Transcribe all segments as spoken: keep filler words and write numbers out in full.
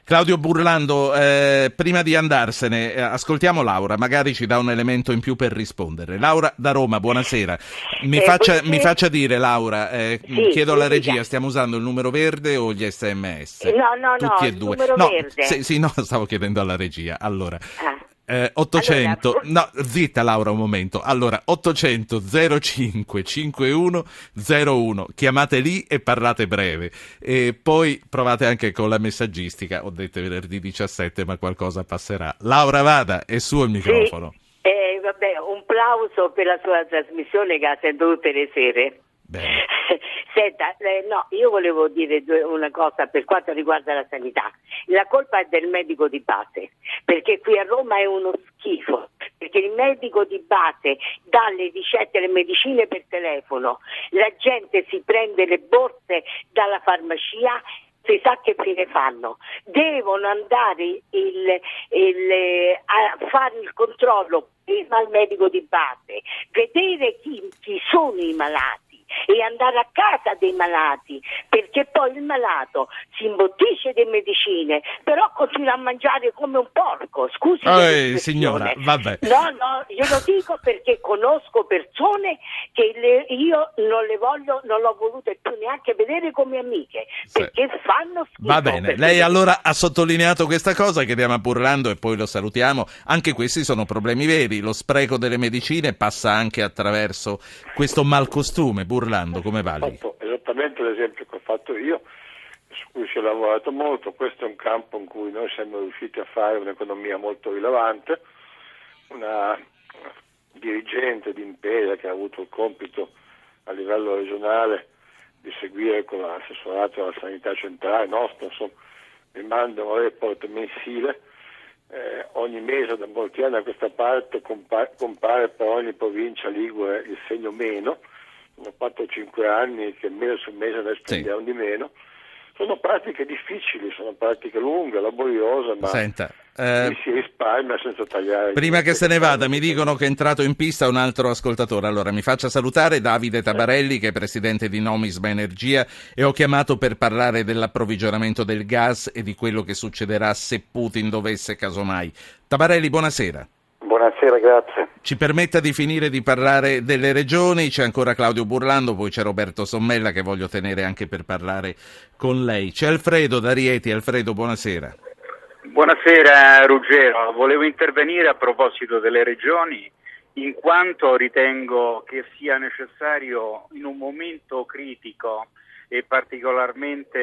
Claudio Burlando, eh, prima di andarsene, eh, ascoltiamo Laura, magari ci dà un elemento in più per rispondere. Laura da Roma, buonasera. Mi, Eh, faccia, buonasera. mi faccia dire, Laura, eh, Sì, chiedo alla mi regia, dica. stiamo usando il numero verde o gli sms? No, no, no, Tutti e il due. numero no, verde. Sì, sì, no, stavo chiedendo alla regia. Allora, Ah. eh, ottocento, Allora, no, zitta Laura un momento. Allora, ottocento zero cinque cinquantuno zero uno, chiamate lì e parlate breve. E poi provate anche con la messaggistica. Ho detto venerdì diciassette, ma qualcosa passerà. Laura, vada, è suo il microfono. Sì, eh, vabbè, un plauso per la sua trasmissione che la sento tutte le sere. Bene. Senta, eh, no, io volevo dire due, una cosa per quanto riguarda la sanità. La colpa è del medico di base, perché qui a Roma è uno schifo, perché il medico di base dà le ricette e le medicine per telefono, la gente si prende le borse dalla farmacia, si sa che fine fanno. Devono andare il, il, a fare il controllo prima al medico di base, vedere chi, chi sono i malati e andare a casa dei malati, perché poi il malato si imbottisce di medicine, però continua a mangiare come un porco. Scusi Eh, signora, vabbè. No, no, io lo dico perché conosco persone che le, io non le voglio, non l'ho volute più neanche vedere come amiche, Sì. perché fanno schifo. Va bene, perché- lei allora ha sottolineato questa cosa, chiediamo a Burlando e poi lo salutiamo. Anche questi sono problemi veri, lo spreco delle medicine passa anche attraverso questo malcostume. Burlando, come va lì? Ho fatto esattamente l'esempio che ho fatto io, su cui si è lavorato molto. Questo è un campo in cui noi siamo riusciti a fare un'economia molto rilevante. Una dirigente di Imperia che ha avuto il compito a livello regionale di seguire con l'assessorato alla sanità centrale nostro, insomma, mi manda un report mensile. Eh, ogni mese da molti anni a questa parte compa- compare per ogni provincia ligure il segno meno. Sono quattro o cinque anni che mese su mese noi spendiamo Sì. di meno. Sono pratiche difficili, sono pratiche lunghe, laboriose, ma Senta, eh, si risparmia senza tagliare. prima che se ne vada, mi dicono che è entrato in pista un altro ascoltatore. Allora, mi faccia salutare Davide Tabarelli, che è presidente di Nomisma Energia, e ho chiamato per parlare dell'approvvigionamento del gas e di quello che succederà se Putin dovesse casomai. Tabarelli, buonasera. Buonasera, grazie. Ci permetta di finire di parlare delle regioni, c'è ancora Claudio Burlando, poi c'è Roberto Sommella che voglio tenere anche per parlare con lei. C'è Alfredo da Rieti. Alfredo, buonasera. Buonasera Ruggero, volevo intervenire a proposito delle regioni in quanto ritengo che sia necessario in un momento critico e particolarmente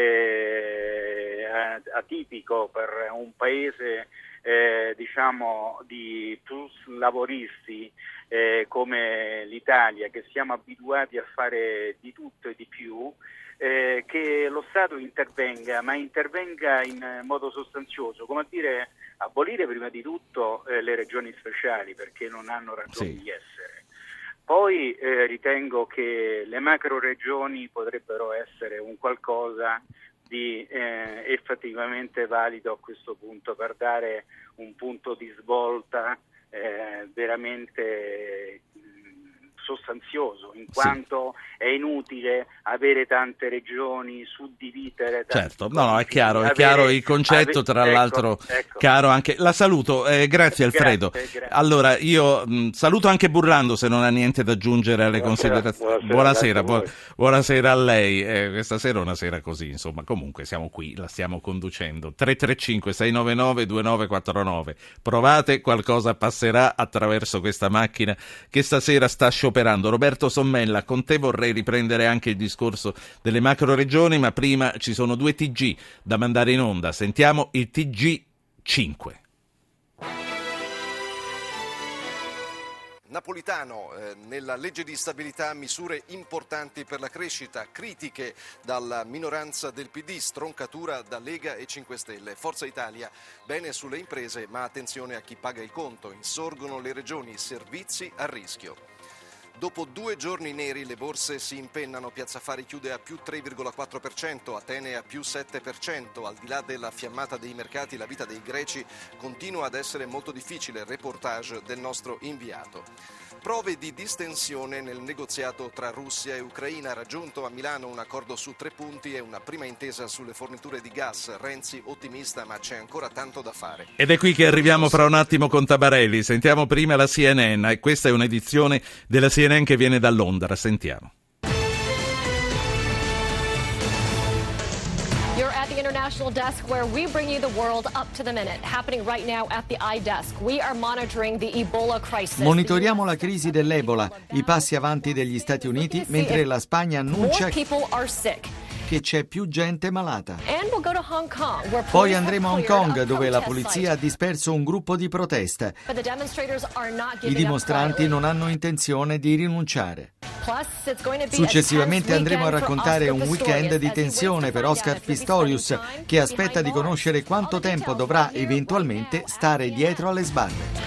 eh, atipico per un paese eh, diciamo di plus lavoristi eh, come l'Italia, che siamo abituati a fare di tutto e di più, eh, che lo Stato intervenga, ma intervenga in modo sostanzioso, come a dire abolire prima di tutto eh, le regioni speciali, perché non hanno ragione Sì. di essere. Poi eh, ritengo che le macro regioni potrebbero essere un qualcosa di eh, effettivamente valido a questo punto, per dare un punto di svolta eh, veramente sostanzioso, in quanto sì. È inutile avere tante regioni, suddividere. Certo, no, no, è chiaro, è chiaro il concetto, tra ecco, l'altro ecco. Caro anche. La saluto, eh, grazie Alfredo. Grazie, grazie. Allora, io mh, saluto anche Burlando se non ha niente da aggiungere alle Buonasera, considerazioni. buonasera, Buonasera, buon- buonasera a lei. Eh, questa sera è una sera così, insomma, comunque siamo qui, la stiamo conducendo. tre tre cinque sei nove nove due nove quattro nove. Provate, qualcosa passerà attraverso questa macchina che stasera sta scioperando. Roberto Sommella, con te vorrei riprendere anche il discorso delle macro regioni, ma prima ci sono due T G da mandare in onda. Sentiamo il T G cinque. Napolitano, eh, nella legge di stabilità misure importanti per la crescita, critiche dalla minoranza del P D, stroncatura da Lega e cinque Stelle. Forza Italia, bene sulle imprese, ma attenzione a chi paga il conto. Insorgono le regioni, servizi a rischio. Dopo due giorni neri le borse si impennano, Piazza Affari chiude a più tre virgola quattro per cento, Atene a più sette per cento. Al di là della fiammata dei mercati, la vita dei greci continua ad essere molto difficile, reportage del nostro inviato. prove di distensione nel negoziato tra Russia e Ucraina. Ha raggiunto a Milano un accordo su tre punti e una prima intesa sulle forniture di gas. Renzi ottimista, ma c'è ancora tanto da fare. Ed è qui che arriviamo fra un attimo con Tabarelli. Sentiamo prima la C N N, e questa è un'edizione della C N N che viene da Londra. Sentiamo. International desk where we bring you the world up to the minute. Happening right now at the iDesk. We are monitoring the Ebola crisis. Monitoriamo la crisi dell'Ebola, i passi avanti degli Stati Uniti, mentre la Spagna annuncia che c'è più gente malata. Poi andremo a Hong Kong, dove la polizia ha disperso un gruppo di protesta. I dimostranti non hanno intenzione di rinunciare. Successivamente andremo a raccontare un weekend di tensione per Oscar Pistorius, che aspetta di conoscere quanto tempo dovrà eventualmente stare dietro alle sbarre.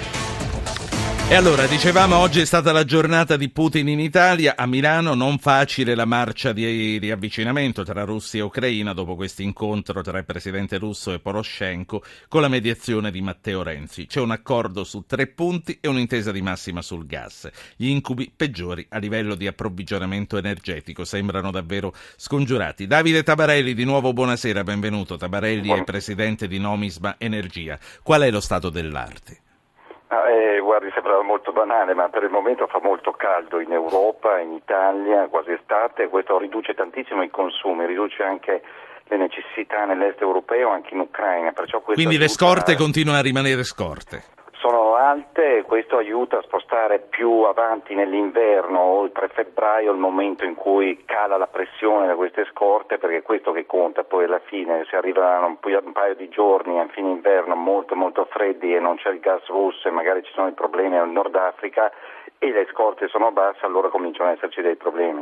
E allora, dicevamo, oggi è stata la giornata di Putin in Italia. A Milano non facile la marcia di riavvicinamento tra Russia e Ucraina dopo questo incontro tra il presidente russo e Poroshenko con la mediazione di Matteo Renzi. C'è un accordo su tre punti e un'intesa di massima sul gas. Gli incubi peggiori a livello di approvvigionamento energetico sembrano davvero scongiurati. Davide Tabarelli, di nuovo buonasera, benvenuto. Tabarelli è presidente di Nomisma Energia. Qual è lo stato dell'arte? Ah, eh, guardi, sembra molto banale, ma per il momento fa molto caldo in Europa, in Italia, quasi estate, e questo riduce tantissimo i consumi, riduce anche le necessità nell'est europeo, anche in Ucraina. Perciò Quindi aiuta... le scorte continuano a rimanere scorte? Sono alte e questo aiuta a spostare più avanti nell'inverno, oltre febbraio, il momento in cui cala la pressione da queste scorte, perché è questo che conta poi alla fine. Se arrivano un, un paio di giorni a fine inverno molto molto freddi e non c'è il gas russo e magari ci sono i problemi al Nord Africa e le scorte sono basse, allora cominciano ad esserci dei problemi.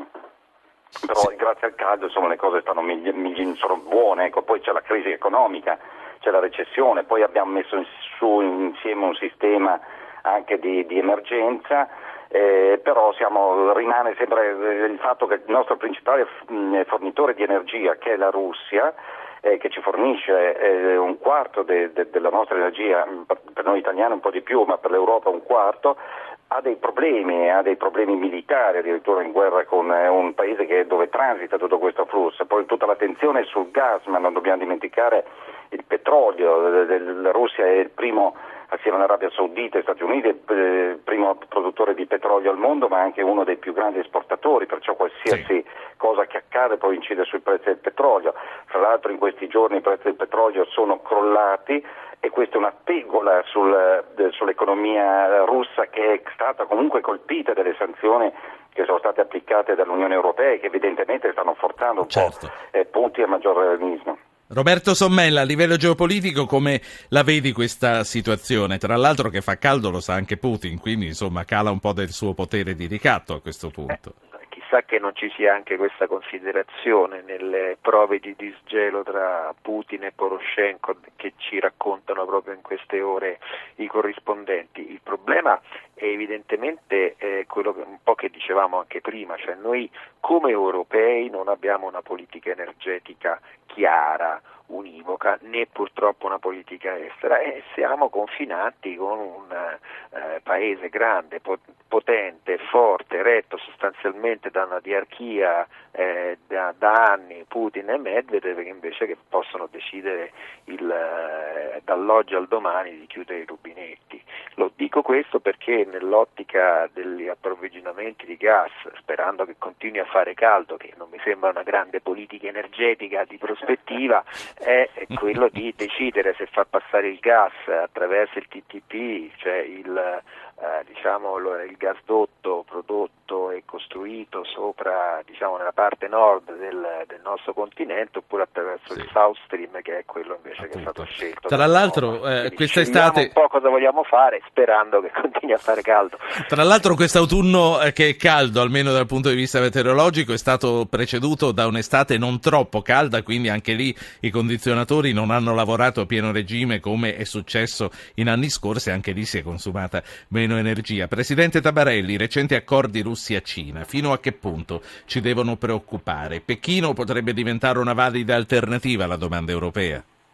Però sì, grazie al caldo insomma le cose stanno migli- migli- sono buone, ecco. Poi c'è la crisi economica, c'è la recessione, poi abbiamo messo in su insieme un sistema anche di, di emergenza, eh, però siamo, rimane sempre il fatto che il nostro principale fornitore di energia, che è la Russia, eh, che ci fornisce eh, un quarto de, de, della nostra energia, per noi italiani un po' di più, ma per l'Europa un quarto, ha dei problemi, ha dei problemi militari, addirittura in guerra con eh, un paese che, dove transita tutto questo flusso. Poi tutta l'attenzione è sul gas, ma non dobbiamo dimenticare il petrolio. La Russia è il primo, assieme all'Arabia Saudita e Stati Uniti, il primo produttore di petrolio al mondo, ma anche uno dei più grandi esportatori, perciò qualsiasi sì. cosa che accade poi incide sui prezzi del petrolio. Fra l'altro in questi giorni i prezzi del petrolio sono crollati e questa è una tegola sul, sull'economia russa, che è stata comunque colpita dalle sanzioni che sono state applicate dall'Unione Europea e che evidentemente stanno forzando un certo. po' eh, punti a maggior realismo. Roberto Sommella, a livello geopolitico come la vedi questa situazione? Tra l'altro che fa caldo lo sa anche Putin, quindi insomma cala un po' del suo potere di ricatto a questo punto. Eh, chissà che non ci sia anche questa considerazione nelle prove di disgelo tra Putin e Poroshenko che ci raccontano proprio in queste ore i corrispondenti. Il problema è evidentemente eh, quello che, un po' che dicevamo anche prima, cioè noi come europei non abbiamo una politica energetica chiara, univoca, né purtroppo una politica estera, e siamo confinati con un eh, paese grande, potente, forte, retto sostanzialmente da una diarchia eh, da, da anni, Putin e Medvedev, che invece che possono decidere il, eh, dall'oggi al domani di chiudere i rubinetti. Lo dico questo perché nell'ottica degli approvvigionamenti di gas, sperando che continui a fare caldo, che non mi sembra una grande politica energetica di prospettiva, è quello di decidere se far passare il gas attraverso il T T P, cioè il, eh, diciamo, il gasdotto prodotto e costruito sopra, diciamo, nella parte nord del, del nostro continente, oppure attraverso sì. il South Stream, che è quello invece Appunto. che è stato scelto. Tra l'altro eh, quest'estate un po' cosa vogliamo fare, sperando che continui a fare caldo. Tra l'altro quest'autunno eh, che è caldo, almeno dal punto di vista meteorologico, è stato preceduto da un'estate non troppo calda, quindi anche lì i condizionatori non hanno lavorato a pieno regime come è successo in anni scorsi, anche lì si è consumata meno energia. Presidente Tabarelli, recenti accordi Russia-Cina, fino a che punto ci devono preoccupare? Pechino potrebbe diventare una valida alternativa alla domanda europea?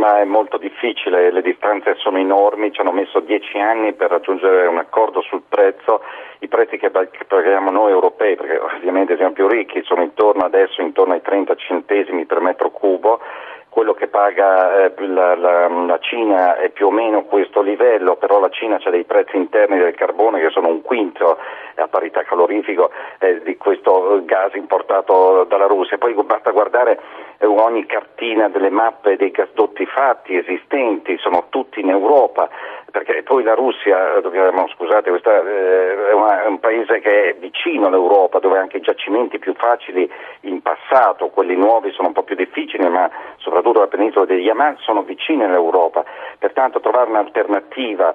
ma è molto difficile, le distanze sono enormi, ci hanno messo dieci anni per raggiungere un accordo sul prezzo. I prezzi che paghiamo noi europei, perché ovviamente siamo più ricchi, sono intorno adesso intorno ai trenta centesimi per metro cubo. Quello che paga eh, la, la, la Cina è più o meno questo livello, però la Cina ha dei prezzi interni del carbone che sono un quinto a parità calorifico eh, di questo gas importato dalla Russia. Poi basta guardare eh, ogni cartina delle mappe dei gasdotti fatti esistenti, sono tutti in Europa, perché poi la Russia, dobbiamo, scusate, questa, eh, è, una, è un paese che è vicino all'Europa, dove anche i giacimenti più facili in passato, quelli nuovi sono un po' più difficili, ma soprattutto la penisola degli Yamal sono vicine all'Europa, pertanto trovare un'alternativa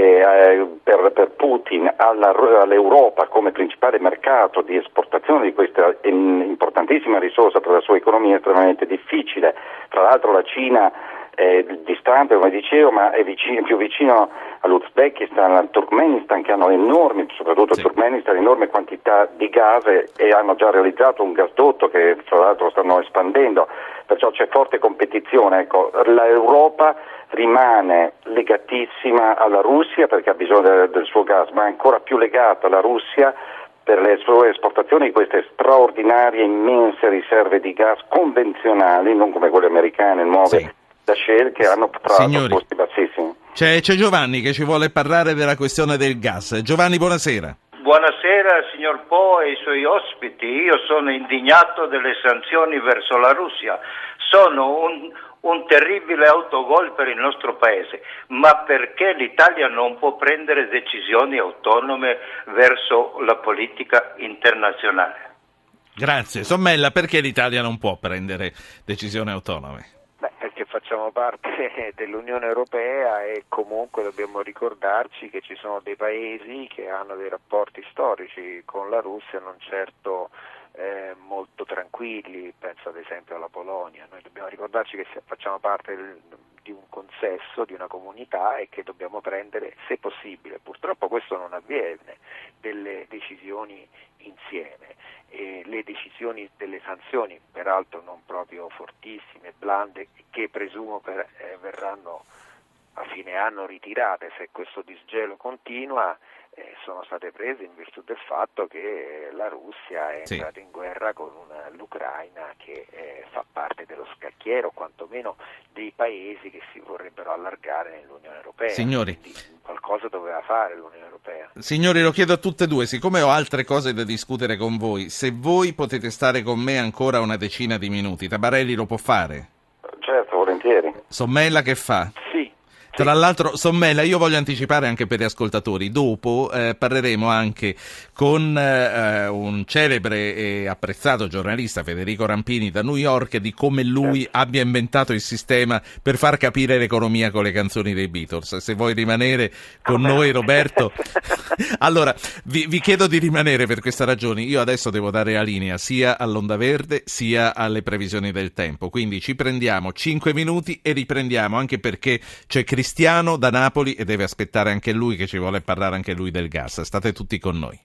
eh, per, per Putin alla, all'Europa come principale mercato di esportazione di questa importantissima risorsa per la sua economia è estremamente difficile. Tra l'altro la Cina è distante, come dicevo, ma è vicino, più vicino all'Uzbekistan, al Turkmenistan, che hanno enormi, soprattutto sì. il Turkmenistan, enorme quantità di gas e hanno già realizzato un gasdotto che tra l'altro stanno espandendo, perciò c'è forte competizione. Ecco, l'Europa rimane legatissima alla Russia perché ha bisogno del, del suo gas, ma è ancora più legata alla Russia per le sue esportazioni di queste straordinarie, immense riserve di gas convenzionali, non come quelle americane, nuove, sì. da Shell, che hanno tra l'altro costi bassissimi. C'è, c'è Giovanni che ci vuole parlare della questione del gas. Giovanni, buonasera. Buonasera signor Po e i suoi ospiti. Io sono indignato delle sanzioni verso la Russia. Sono un, un terribile autogol per il nostro paese, ma perché l'Italia non può prendere decisioni autonome verso la politica internazionale? Grazie. Sommella, perché l'Italia non può prendere decisioni autonome? Beh, perché facciamo parte dell'Unione Europea e comunque dobbiamo ricordarci che ci sono dei paesi che hanno dei rapporti storici con la Russia non certo eh, molto tranquilli, penso ad esempio alla Polonia. Noi dobbiamo ricordarci che facciamo parte del, di un consesso, di una comunità e che dobbiamo prendere, se possibile, purtroppo questo non avviene, delle decisioni insieme. E le decisioni delle sanzioni, peraltro non proprio fortissime, blande, che presumo per, eh, verranno a fine anno ritirate se questo disgelo continua, eh, sono state prese in virtù del fatto che la Russia è sì. entrata in guerra con una, l'Ucraina che eh, fa parte dello scacchiero, quantomeno dei paesi che si vorrebbero allargare nell'Unione Europea. Signori, quindi qualcosa doveva fare l'Unione Europea. Signori, lo chiedo a tutte e due, siccome ho altre cose da discutere con voi, se voi potete stare con me ancora una decina di minuti, Tabarelli lo può fare? Certo, volentieri. Sommella che fa? Sì. Tra l'altro, Sommella, io voglio anticipare anche per gli ascoltatori, dopo eh, parleremo anche con eh, un celebre e apprezzato giornalista, Federico Rampini, da New York, di come lui certo. abbia inventato il sistema per far capire l'economia con le canzoni dei Beatles. Se vuoi rimanere con oh, noi, Roberto. Allora, vi, vi chiedo di rimanere per questa ragione. Io adesso devo dare la linea sia all'Onda Verde sia alle previsioni del tempo, quindi ci prendiamo cinque minuti e riprendiamo, anche perché c'è Cristiano da Napoli e deve aspettare anche lui, che ci vuole parlare anche lui del gas. State tutti con noi.